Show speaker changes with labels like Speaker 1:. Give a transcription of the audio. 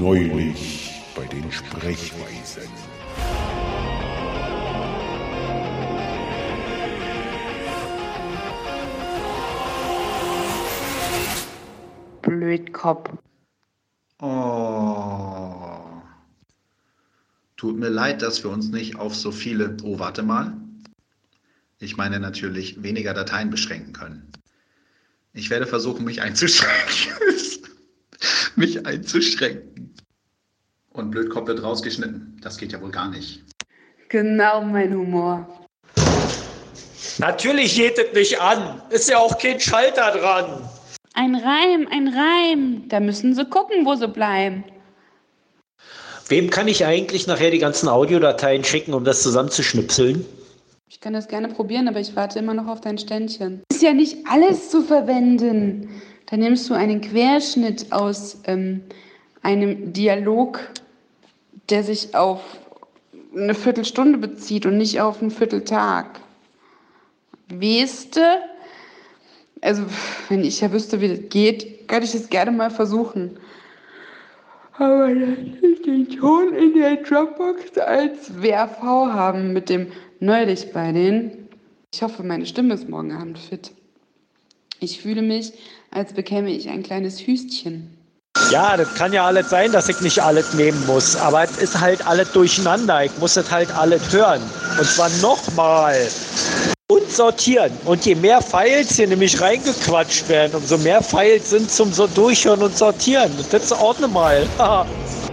Speaker 1: Neulich bei den Sprechweisen.
Speaker 2: Blödkopf.
Speaker 3: Oh. Tut mir leid, dass wir uns nicht auf so viele... Oh, warte mal. Ich meine natürlich weniger Dateien beschränken können. Ich werde versuchen, mich einzuschränken. Und Blödkopf wird rausgeschnitten. Das geht ja wohl gar nicht.
Speaker 2: Genau mein Humor.
Speaker 4: Natürlich geht es nicht an. Ist ja auch kein Schalter dran.
Speaker 2: Ein Reim. Da müssen sie gucken, wo sie bleiben.
Speaker 4: Wem kann ich eigentlich nachher die ganzen Audiodateien schicken, um das zusammenzuschnipseln?
Speaker 2: Ich kann das gerne probieren, aber ich warte immer noch auf dein Ständchen. Ist ja nicht alles zu verwenden. Da nimmst du einen Querschnitt aus einem Dialog, der sich auf eine Viertelstunde bezieht und nicht auf einen Vierteltag. Weißt du? Also, wenn ich ja wüsste, wie das geht, könnte ich das gerne mal versuchen. Aber dann den Ton in der Dropbox als WRV haben mit dem Neulich bei denen. Ich hoffe, meine Stimme ist morgen Abend fit. Ich fühle mich, als bekäme ich ein kleines Hüstchen.
Speaker 4: Ja, das kann ja alles sein, dass ich nicht alles nehmen muss. Aber es ist halt alles durcheinander. Ich muss das halt alles hören. Und zwar nochmal. Und sortieren. Und je mehr Files hier nämlich reingequatscht werden, umso mehr Files sind zum Durchhören und Sortieren. Das ordne mal.